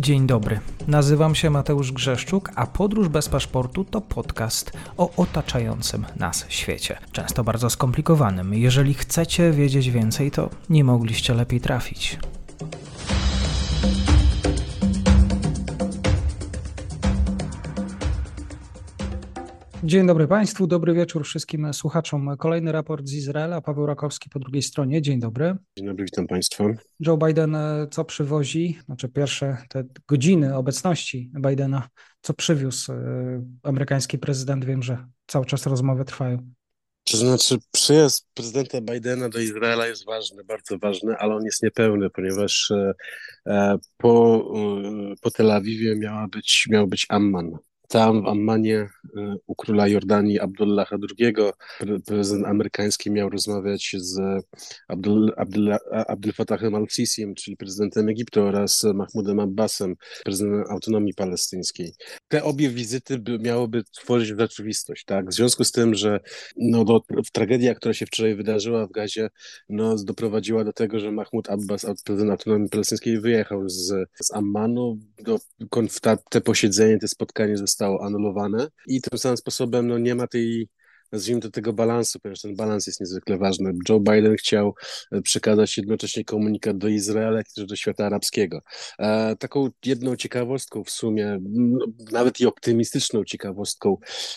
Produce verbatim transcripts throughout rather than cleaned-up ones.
Dzień dobry, nazywam się Mateusz Grzeszczuk, a Podróż bez paszportu to podcast o otaczającym nas świecie. Często bardzo skomplikowanym. Jeżeli chcecie wiedzieć więcej, to nie mogliście lepiej trafić. Dzień dobry Państwu, dobry wieczór wszystkim słuchaczom. Kolejny raport z Izraela, Paweł Rakowski po drugiej stronie. Dzień dobry. Dzień dobry, witam Państwa. Joe Biden co przywozi, znaczy pierwsze te godziny obecności Bidena, co przywiózł amerykański prezydent? Wiem, że cały czas rozmowy trwają. To znaczy, przyjazd prezydenta Bidena do Izraela jest ważny, bardzo ważny, ale on jest niepełny, ponieważ e, po, e, po Tel Awiwie miała być, miał być Amman. Tam w Ammanie u króla Jordanii Abdullaha drugiego prezydent amerykański miał rozmawiać z Abdul, Abdul, Abdul Fatahem al-Sisim, czyli prezydentem Egiptu, oraz Mahmudem Abbasem, prezydentem autonomii palestyńskiej. Te obie wizyty by, miałyby tworzyć rzeczywistość, tak? W związku z tym, że no, do, tragedia, która się wczoraj wydarzyła w Gazie, no, doprowadziła do tego, że Mahmud Abbas, prezydent autonomii palestyńskiej, wyjechał z, z Ammanu. Do, ta, te posiedzenie, te spotkanie zostało anulowane i tym samym sposobem no, nie ma tej, nazwijmy to, tego balansu, ponieważ ten balans jest niezwykle ważny. Joe Biden chciał przekazać jednocześnie komunikat do Izraela, jak też do świata arabskiego. E, taką jedną ciekawostką w sumie, no, nawet i optymistyczną ciekawostką,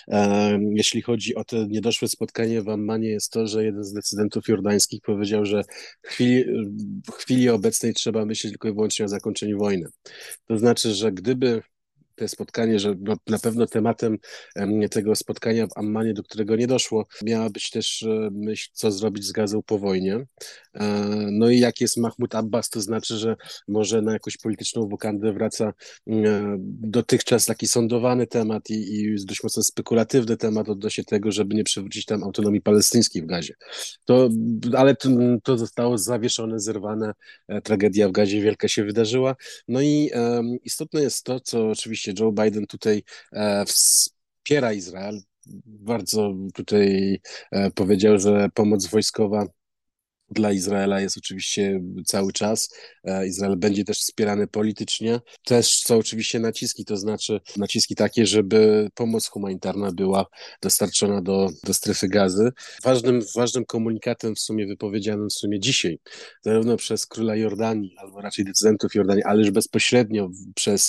e, jeśli chodzi o to niedoszłe spotkanie w Ammanie, jest to, że jeden z decydentów jordańskich powiedział, że w chwili, w chwili obecnej trzeba myśleć tylko i wyłącznie o zakończeniu wojny. To znaczy, że gdyby to spotkanie, że no, na pewno tematem um, tego spotkania w Ammanie, do którego nie doszło, miała być też e, myśl, co zrobić z Gazą po wojnie. E, no i jak jest Mahmud Abbas, to znaczy, że może na jakąś polityczną wokandę wraca e, dotychczas taki sądowany temat i, i dość mocno spekulatywny temat odnośnie tego, żeby nie przywrócić tam autonomii palestyńskiej w Gazie. To, ale to, to zostało zawieszone, zerwane. E, tragedia w Gazie wielka się wydarzyła. No i e, istotne jest to, co oczywiście Joe Biden tutaj e, wspiera Izrael. Bardzo tutaj e, powiedział, że pomoc wojskowa dla Izraela jest oczywiście cały czas. Izrael będzie też wspierany politycznie. Też są oczywiście naciski, to znaczy naciski takie, żeby pomoc humanitarna była dostarczona do, do strefy Gazy. Ważnym, ważnym komunikatem w sumie wypowiedzianym w sumie dzisiaj, zarówno przez króla Jordanii, albo raczej decydentów Jordanii, ale już bezpośrednio przez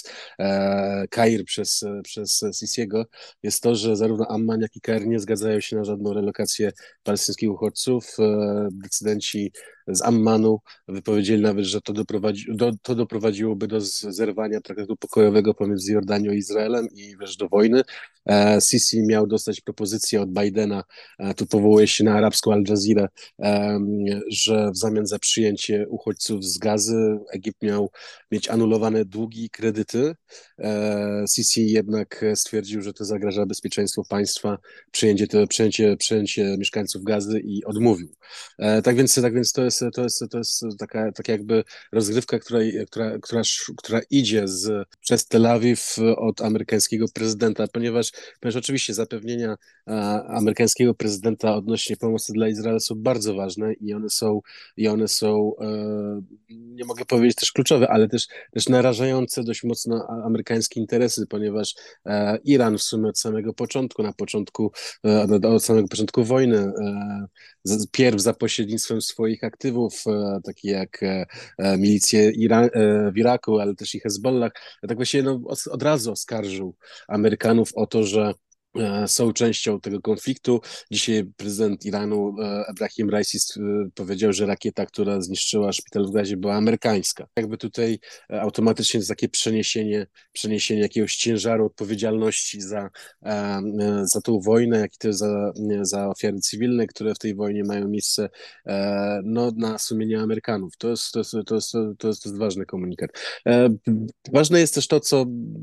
e, Kair, przez, przez Sisiego, jest to, że zarówno Amman, jak i Kair nie zgadzają się na żadną relokację palestyńskich uchodźców. E, decydenci z Ammanu wypowiedzieli nawet, że to, doprowadzi, do, to doprowadziłoby do zerwania traktatu pokojowego pomiędzy Jordanią i Izraelem i wręcz do wojny. E, Sisi miał dostać propozycję od Bidena, e, tu powołuje się na arabską Al Jazeera, e, że w zamian za przyjęcie uchodźców z Gazy Egipt miał mieć anulowane długi i kredyty. E, Sisi jednak stwierdził, że to zagraża bezpieczeństwu państwa, przyjęcie, to, przyjęcie, przyjęcie mieszkańców Gazy i odmówił. E, tak więc, tak więc to jest, to jest, to jest taka, taka jakby rozgrywka, która, która, która, która idzie z, przez Tel Awiw od amerykańskiego prezydenta, ponieważ, ponieważ oczywiście zapewnienia a, amerykańskiego prezydenta odnośnie pomocy dla Izraela są bardzo ważne i one są, i one są e, nie mogę powiedzieć też kluczowe, ale też, też narażające dość mocno amerykańskie interesy, ponieważ e, Iran w sumie od samego początku, na początku, e, od samego początku wojny e, pierw za pośrednictwem swoich aktywów, e, takie jak e, milicje Ira- e, w Iraku, ale też i Hezbollah, tak właściwie no, od, od razu oskarżył Amerykanów o to, że e, są częścią tego konfliktu. Dzisiaj prezydent Iranu e, Ebrahim Raisi e, powiedział, że rakieta, która zniszczyła szpital w Gazie, była amerykańska. Jakby tutaj e, automatycznie jest takie przeniesienie, przeniesienie jakiegoś ciężaru odpowiedzialności za, e, e, za tą wojnę, jak i też za, za ofiary cywilne, które w tej wojnie mają miejsce, e, no, na sumienie Amerykanów. To jest, to jest, to jest, to jest, to jest ważny komunikat. E, ważne jest też to, co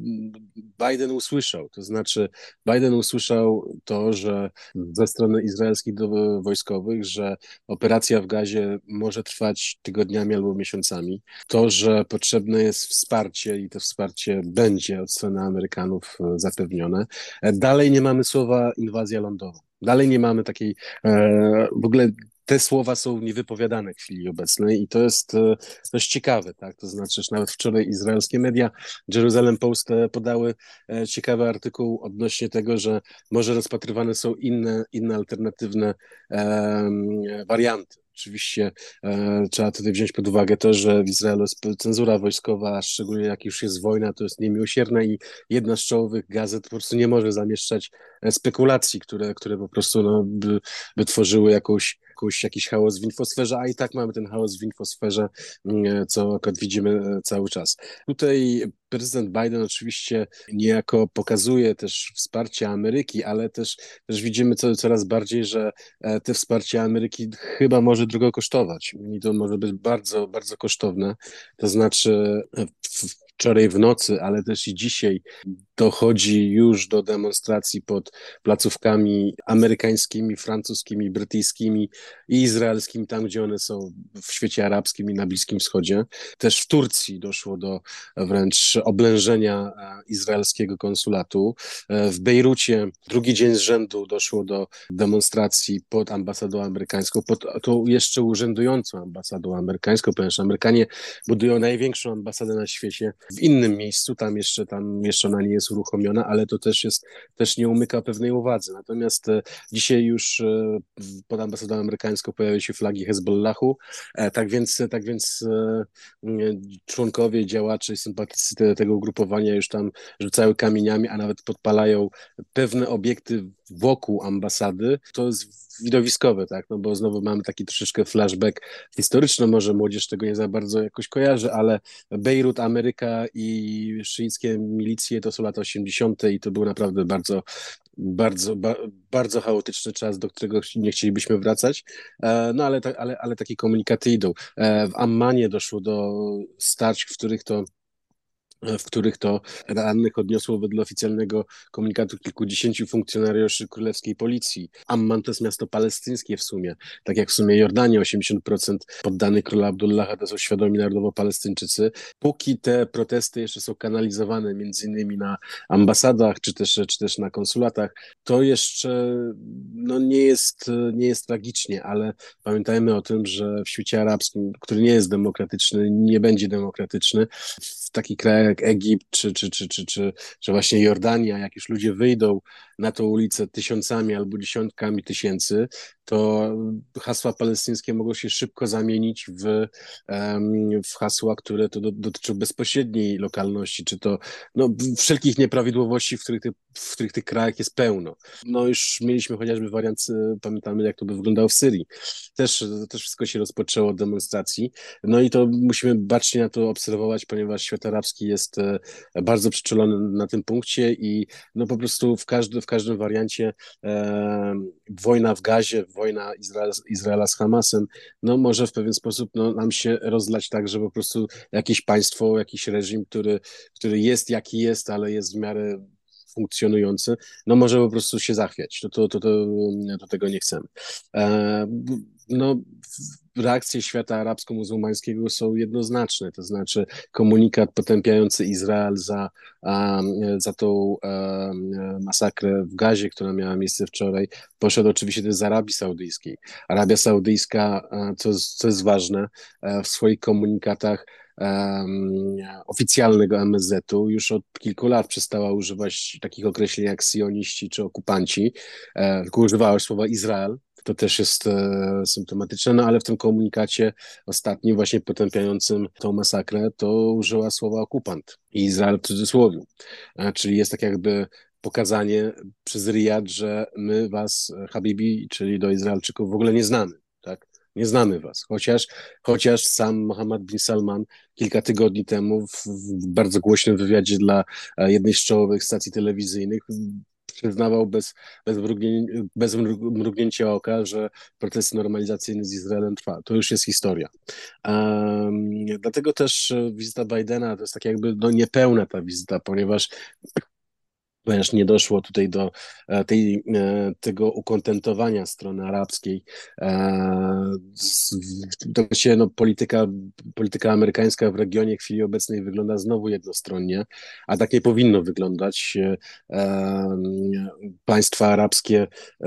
Biden usłyszał, to znaczy Biden usłyszał to, że ze strony izraelskich do, wojskowych, że operacja w Gazie może trwać tygodniami albo miesiącami. To, że potrzebne jest wsparcie i to wsparcie będzie od strony Amerykanów zapewnione. Dalej nie mamy słowa inwazja lądowa. Dalej nie mamy takiej, e, w ogóle te słowa są niewypowiadane w chwili obecnej i to jest e, dość ciekawe, tak? To znaczy, że nawet wczoraj izraelskie media, Jerusalem Post, e, podały e, ciekawy artykuł odnośnie tego, że może rozpatrywane są inne, inne alternatywne em, warianty. Oczywiście e, trzeba tutaj wziąć pod uwagę to, że w Izraelu jest cenzura wojskowa, a szczególnie jak już jest wojna, to jest niemiłosierna i jedna z czołowych gazet po prostu nie może zamieszczać e, spekulacji, które, które po prostu no, by, by tworzyły jakąś, jakąś, jakiś chaos w infosferze, a i tak mamy ten chaos w infosferze, mm, co akurat widzimy e, cały czas. Tutaj prezydent Biden oczywiście niejako pokazuje też wsparcie Ameryki, ale też, też widzimy co, coraz bardziej, że e, te wsparcie Ameryki chyba może drogo kosztować i to może być bardzo, bardzo kosztowne. To znaczy e, w, wczoraj w nocy, ale też i dzisiaj dochodzi już do demonstracji pod placówkami amerykańskimi, francuskimi, brytyjskimi i izraelskimi, tam gdzie one są w świecie arabskim i na Bliskim Wschodzie. Też w Turcji doszło do wręcz oblężenia izraelskiego konsulatu. W Bejrucie drugi dzień z rzędu doszło do demonstracji pod ambasadą amerykańską, pod tą jeszcze urzędującą ambasadą amerykańską, ponieważ Amerykanie budują największą ambasadę na świecie w innym miejscu, tam jeszcze, tam jeszcze ona nie jest uruchomiona, ale to też jest, też nie umyka pewnej uwadze. Natomiast e, dzisiaj już e, pod ambasadą amerykańską pojawiły się flagi Hezbollahu, e, tak więc, tak więc e, członkowie, działacze i sympatycy te, tego ugrupowania już tam rzucają kamieniami, a nawet podpalają pewne obiekty wokół ambasady. To jest widowiskowe, tak, no bo znowu mamy taki troszeczkę flashback historyczny, może młodzież tego nie za bardzo jakoś kojarzy, ale Bejrut, Ameryka i szyickie milicje to są lata osiemdziesiąte i to był naprawdę bardzo, bardzo, ba, bardzo chaotyczny czas, do którego nie chcielibyśmy wracać, e, no ale, ta, ale, ale takie komunikaty idą. E, w Ammanie doszło do starć, w których to w których to rannych odniosło wedle oficjalnego komunikatu kilkudziesięciu funkcjonariuszy królewskiej policji. Amman to jest miasto palestyńskie w sumie, tak jak w sumie Jordania, osiemdziesiąt procent poddanych króla Abdullaha to są świadomi narodowo Palestyńczycy. Póki te protesty jeszcze są kanalizowane między innymi na ambasadach, czy też, czy też na konsulatach, to jeszcze no, nie jest, nie jest tragicznie, ale pamiętajmy o tym, że w świecie arabskim, który nie jest demokratyczny, nie będzie demokratyczny, w takich krajach jak Egipt, czy, czy, czy, czy, czy, czy właśnie Jordania, jak już ludzie wyjdą na tą ulicę tysiącami albo dziesiątkami tysięcy, to hasła palestyńskie mogą się szybko zamienić w, w hasła, które to do, dotyczą bezpośredniej lokalności, czy to no, wszelkich nieprawidłowości, w których, ty, w których tych krajach jest pełno. No już mieliśmy chociażby wariant, pamiętamy jak to by wyglądało w Syrii. Też, też wszystko się rozpoczęło od demonstracji. No i to musimy bacznie na to obserwować, ponieważ świat arabski jest bardzo przyczulony na tym punkcie i no po prostu w, każdy, w każdym wariancie e, wojna w Gazie, wojna Izrael, Izraela z Hamasem, no może w pewien sposób no, nam się rozlać tak, że po prostu jakieś państwo, jakiś reżim, który, który jest jaki jest, ale jest w miarę funkcjonujący, no może po prostu się zachwiać. To, to, to, to, to tego nie chcemy. E, no, reakcje świata arabsko-muzułmańskiego są jednoznaczne, to znaczy komunikat potępiający Izrael za, za tą masakrę w Gazie, która miała miejsce wczoraj, poszedł oczywiście też z Arabii Saudyjskiej. Arabia Saudyjska, co, co jest ważne, w swoich komunikatach Um, oficjalnego M S Z-u już od kilku lat przestała używać takich określeń jak sioniści czy okupanci, e, tylko używała słowa Izrael. To też jest e, symptomatyczne, no ale w tym komunikacie ostatnim, właśnie potępiającym tą masakrę, to użyła słowa okupant i Izrael w cudzysłowie. E, czyli jest tak jakby pokazanie przez Riyad, że my was, Habibi, czyli do Izraelczyków, w ogóle nie znamy, tak? Nie znamy was, chociaż, chociaż sam Mohammed bin Salman kilka tygodni temu w, w bardzo głośnym wywiadzie dla jednej z czołowych stacji telewizyjnych przyznawał bez, bez, mrugnię, bez mrugnięcia oka, że proces normalizacyjny z Izraelem trwa. To już jest historia. Um, dlatego też wizyta Bidena to jest tak jakby no, niepełna ta wizyta, ponieważ ponieważ nie doszło tutaj do e, tej, e, tego ukontentowania strony arabskiej. E, z- To się, no, polityka, polityka amerykańska w regionie w chwili obecnej wygląda znowu jednostronnie, a tak nie powinno wyglądać. E, e, Państwa arabskie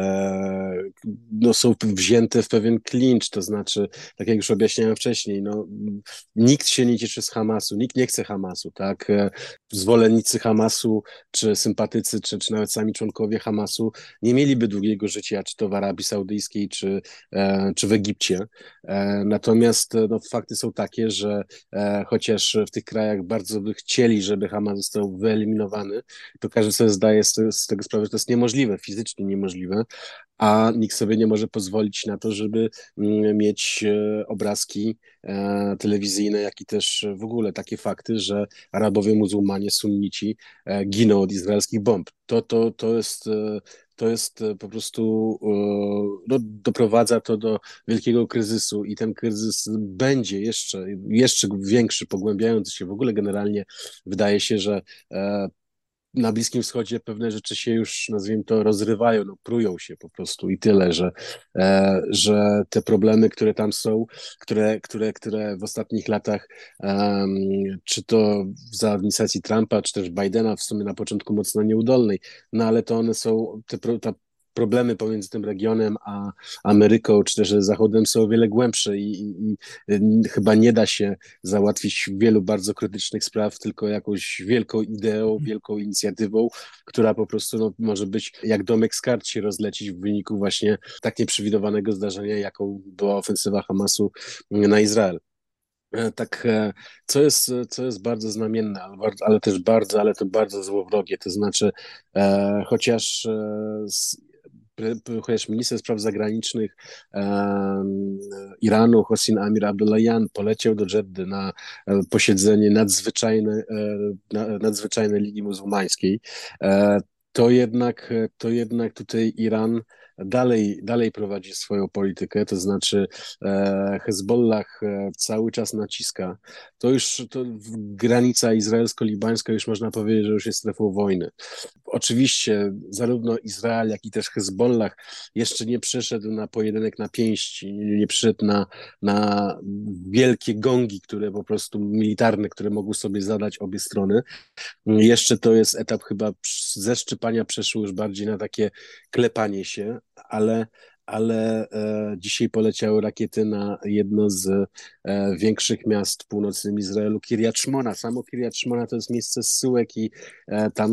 e, no, są wzięte w pewien klincz, to znaczy, tak jak już objaśniałem wcześniej, no, nikt się nie cieszy z Hamasu, nikt nie chce Hamasu, tak? E, Zwolennicy Hamasu czy sympatycy, czy, czy nawet sami członkowie Hamasu nie mieliby długiego życia, czy to w Arabii Saudyjskiej, czy, e, czy w Egipcie. E, natomiast e, no, fakty są takie, że e, chociaż w tych krajach bardzo by chcieli, żeby Hamas został wyeliminowany, to każdy sobie zdaje z, tego- z tego sprawę, że to jest niemożliwe, fizycznie niemożliwe, a nikt sobie nie może pozwolić na to, żeby mm, mieć e, obrazki e, telewizyjne, jak i też w ogóle takie fakty, że Arabowie, muzułmanie, sunnici e, giną od izraelskich bomb. To, to, to jest, e, to jest e, po prostu, e, no, doprowadza to do wielkiego kryzysu i ten kryzys będzie jeszcze, jeszcze większy, pogłębiający się. W ogóle generalnie wydaje się, że e, na Bliskim Wschodzie pewne rzeczy się już, nazwijmy to, rozrywają, no, prują się po prostu i tyle, że, e, że te problemy, które tam są, które, które, które w ostatnich latach, em, czy to za administracji Trumpa, czy też Bidena, w sumie na początku mocno nieudolnej, no ale to one są, te, pro- ta problemy pomiędzy tym regionem a Ameryką, czy też Zachodem są o wiele głębsze i, i, i y, chyba nie da się załatwić wielu bardzo krytycznych spraw tylko jakąś wielką ideą, wielką inicjatywą, która po prostu, no, może być jak domek z kart się rozlecić w wyniku właśnie tak nieprzewidywanego zdarzenia, jaką była ofensywa Hamasu na Izrael. E, Tak, e, co jest, co jest bardzo znamienne, ale, bar- ale też bardzo, ale to bardzo złowrogie, to znaczy, e, chociaż e, z, pre- pre- chociaż minister spraw zagranicznych em, Iranu, Hossein Amir Abdullahian, poleciał do Dżeddy na e, posiedzenie nadzwyczajne, e, na, nadzwyczajnej Ligi Muzułmańskiej, e, to jednak, to jednak tutaj Iran dalej, dalej prowadzi swoją politykę, to znaczy e, Hezbollah e, cały czas naciska. To już to granica izraelsko-libańska już można powiedzieć, że już jest strefą wojny. Oczywiście zarówno Izrael, jak i też Hezbollah jeszcze nie przeszedł na pojedynek na pięści, nie przyszedł na, na wielkie gongi, które po prostu militarne, które mogły sobie zadać obie strony. Jeszcze to jest etap chyba ze szczypania przeszło już bardziej na takie klepanie się, ale, ale e, dzisiaj poleciały rakiety na jedno z e, większych miast w północnym Izraelu, Kiryat Shmona. Samo Kiryat Shmona to jest miejsce zsyłek i e, tam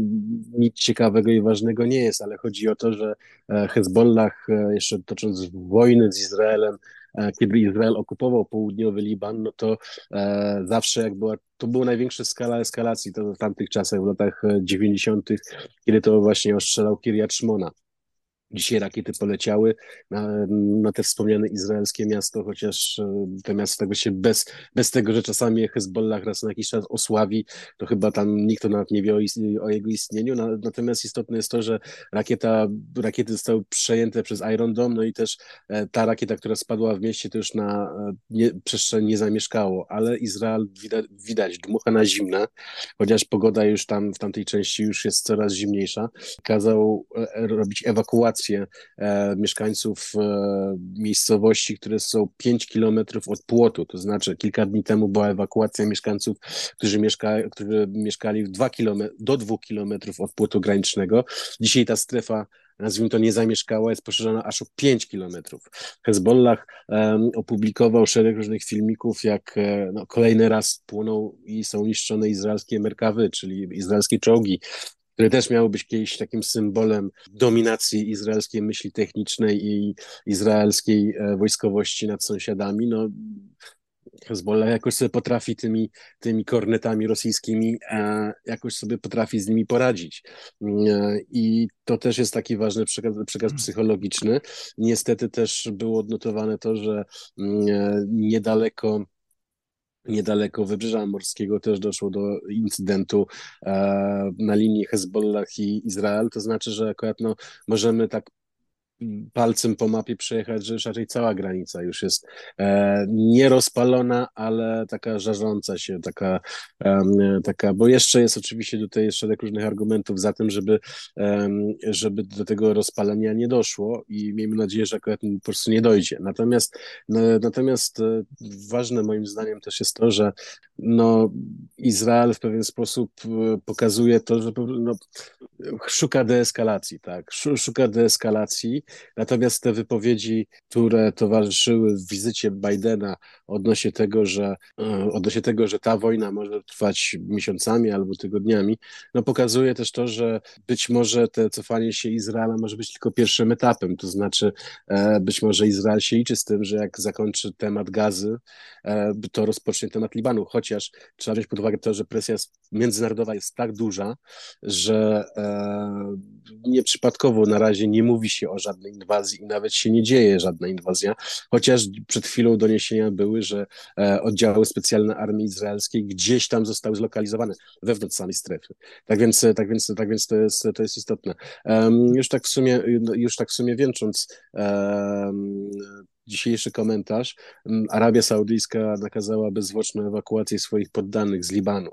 nic ciekawego i ważnego nie jest, ale chodzi o to, że e, Hezbollah, e, jeszcze tocząc wojnę z Izraelem, e, kiedy Izrael okupował południowy Liban, no to e, zawsze jak była, to była największa skala eskalacji to w tamtych czasach, w latach e, dziewięćdziesiątych, kiedy to właśnie ostrzelał Kiryat Shmona. Dzisiaj rakiety poleciały na, na te wspomniane izraelskie miasto, chociaż e, to miasto tego się bez, bez tego, że czasami Hezbollah raz na jakiś czas osławi, to chyba tam nikt nawet nie wie o, is- o jego istnieniu. Na, natomiast istotne jest to, że rakieta, rakiety zostały przejęte przez Iron Dome, no i też e, ta rakieta, która spadła w mieście, to już na e, nie, przestrzeń nie zamieszkało, ale Izrael widać, widać dmucha na zimne, chociaż pogoda już tam w tamtej części już jest coraz zimniejsza. Kazał e, robić ewakuację e, mieszkańców e, miejscowości, które są pięć kilometrów od płotu. To znaczy kilka dni temu była ewakuacja mieszkańców, którzy, mieszka, którzy mieszkali w dwa kilometry, do dwóch kilometrów od płotu granicznego. Dzisiaj ta strefa, nazwijmy to, niezamieszkała, jest poszerzona aż o pięć kilometrów. Hezbollah um, opublikował szereg różnych filmików, jak e, no, kolejny raz płoną i są niszczone izraelskie Merkawy, czyli izraelskie czołgi, które też miały być kiedyś takim symbolem dominacji izraelskiej myśli technicznej i izraelskiej e, wojskowości nad sąsiadami. No, Hezbollah jakoś sobie potrafi tymi, tymi kornetami rosyjskimi, e, jakoś sobie potrafi z nimi poradzić. E, I to też jest taki ważny przekaz, przekaz psychologiczny. Niestety też było odnotowane to, że mm, e, niedaleko Niedaleko Wybrzeża Morskiego też doszło do incydentu e, na linii Hezbollah i Izrael. To znaczy, że akurat no, możemy tak palcem po mapie przejechać, że już raczej cała granica już jest e, nierozpalona, ale taka żarząca się, taka, e, taka, bo jeszcze jest oczywiście tutaj jest szereg różnych argumentów za tym, żeby, e, żeby do tego rozpalenia nie doszło i miejmy nadzieję, że akurat po prostu nie dojdzie. Natomiast, no, natomiast e, ważne moim zdaniem też jest to, że no, Izrael w pewien sposób e, pokazuje to, że no, szuka deeskalacji, tak, szuka deeskalacji, natomiast te wypowiedzi, które towarzyszyły wizycie Bidena odnośnie tego, że odnośnie tego, że ta wojna może trwać miesiącami albo tygodniami, no pokazuje też to, że być może te cofanie się Izraela może być tylko pierwszym etapem, to znaczy być może Izrael się liczy z tym, że jak zakończy temat Gazy, to rozpocznie temat Libanu, chociaż trzeba wziąć pod uwagę to, że presja międzynarodowa jest tak duża, że nieprzypadkowo na razie nie mówi się o żadnej inwazji i nawet się nie dzieje żadna inwazja, chociaż przed chwilą doniesienia były, że oddziały specjalne armii izraelskiej gdzieś tam zostały zlokalizowane wewnątrz samej strefy. Tak więc, tak więc, tak więc to jest, to jest istotne. Już tak w sumie, już tak w sumie wieńcząc dzisiejszy komentarz, Arabia Saudyjska nakazała bezzwłoczną ewakuację swoich poddanych z Libanu.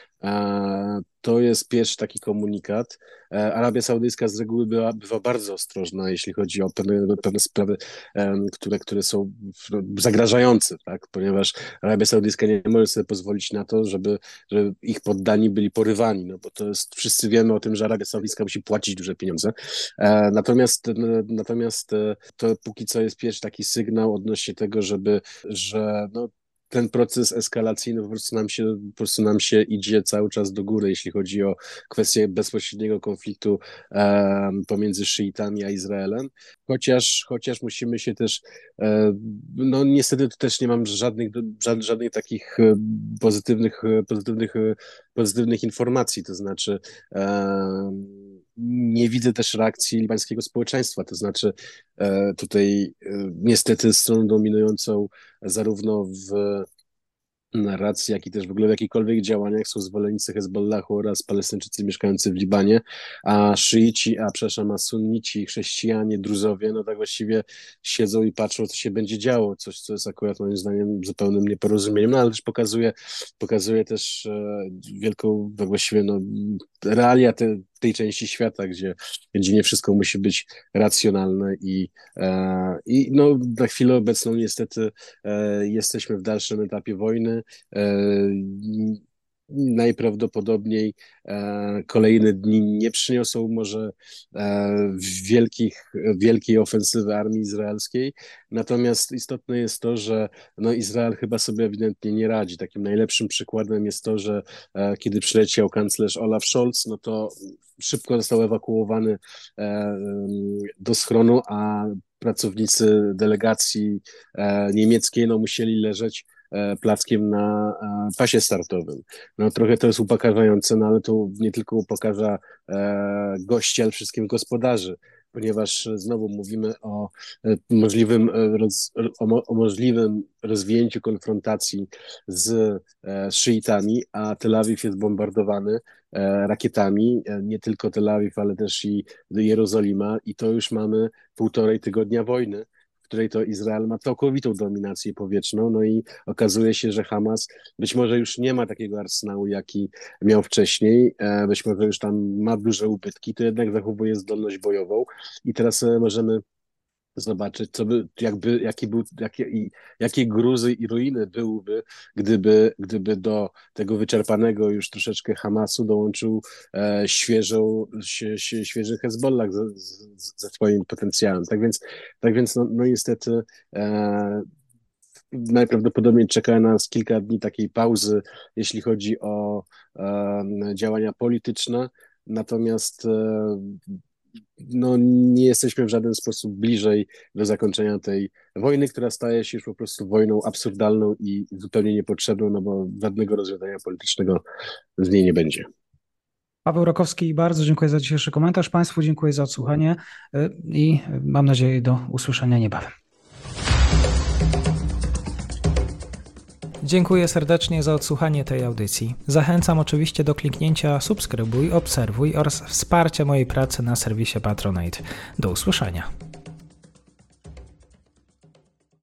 To jest pierwszy taki komunikat. Arabia Saudyjska z reguły bywa, bywa bardzo ostrożna, jeśli chodzi o pewne, pewne sprawy, które, które są zagrażające, tak? Ponieważ Arabia Saudyjska nie może sobie pozwolić na to, żeby, żeby ich poddani byli porywani, no bo to jest, wszyscy wiemy o tym, że Arabia Saudyjska musi płacić duże pieniądze. Natomiast, natomiast to póki co jest pierwszy taki sygnał odnośnie tego, żeby, że no, ten proces eskalacyjny po prostu nam się, po prostu nam się idzie cały czas do góry, jeśli chodzi o kwestię bezpośredniego konfliktu e, pomiędzy szyitami a Izraelem. Chociaż, chociaż musimy się też, e, no niestety tu też nie mam żadnych, żadnych, żadnych takich pozytywnych, pozytywnych, pozytywnych informacji, to znaczy e, nie widzę też reakcji libańskiego społeczeństwa, to znaczy e, tutaj e, niestety stroną dominującą zarówno w narracji, jak i też w ogóle w jakichkolwiek działaniach są zwolennicy Hezbollahu oraz Palestyńczycy mieszkający w Libanie, a szyici, a przepraszam, a sunnici, chrześcijanie, druzowie, no tak właściwie siedzą i patrzą, co się będzie działo, coś, co jest akurat moim zdaniem zupełnym nieporozumieniem, no ale też pokazuje, pokazuje też e, wielką, tak właściwie no, realia te, tej części świata, gdzie, gdzie nie wszystko musi być racjonalne i, e, i no, na chwilę obecną niestety e, jesteśmy w dalszym etapie wojny. E, najprawdopodobniej e, kolejne dni nie przyniosą może e, wielkich, wielkiej ofensywy armii izraelskiej, natomiast istotne jest to, że no, Izrael chyba sobie ewidentnie nie radzi. Takim najlepszym przykładem jest to, że e, kiedy przyleciał kanclerz Olaf Scholz, no to szybko został ewakuowany e, do schronu, a pracownicy delegacji e, niemieckiej no, musieli leżeć plackiem na pasie startowym. No trochę to jest upokarzające, no ale to nie tylko upokarza e, gości, ale wszystkim gospodarzy, ponieważ znowu mówimy o możliwym, roz, o, o możliwym rozwinięciu konfrontacji z e, szyitami, a Tel Awiw jest bombardowany e, rakietami, e, nie tylko Tel Awiw, ale też i Jerozolima i to już mamy półtorej tygodnia wojny, w której to Izrael ma całkowitą dominację powietrzną, no i okazuje się, że Hamas być może już nie ma takiego arsenału, jaki miał wcześniej, być może już tam ma duże ubytki, to jednak zachowuje zdolność bojową i teraz możemy zobaczyć, co by, jakby, jaki był, jakie, jakie gruzy i ruiny byłyby, gdyby, gdyby do tego wyczerpanego już troszeczkę Hamasu dołączył e, świeżą, się, się, świeży Hezbollah ze, ze swoim potencjałem. Tak więc, tak więc no, no niestety e, najprawdopodobniej czeka nas kilka dni takiej pauzy, jeśli chodzi o e, działania polityczne, natomiast e, no, nie jesteśmy w żaden sposób bliżej do zakończenia tej wojny, która staje się już po prostu wojną absurdalną i zupełnie niepotrzebną, no bo żadnego rozwiązania politycznego z niej nie będzie. Paweł Rakowski, bardzo dziękuję za dzisiejszy komentarz. Państwu dziękuję za odsłuchanie i mam nadzieję do usłyszenia niebawem. Dziękuję serdecznie za odsłuchanie tej audycji. Zachęcam oczywiście do kliknięcia subskrybuj, obserwuj oraz wsparcia mojej pracy na serwisie Patronite. Do usłyszenia.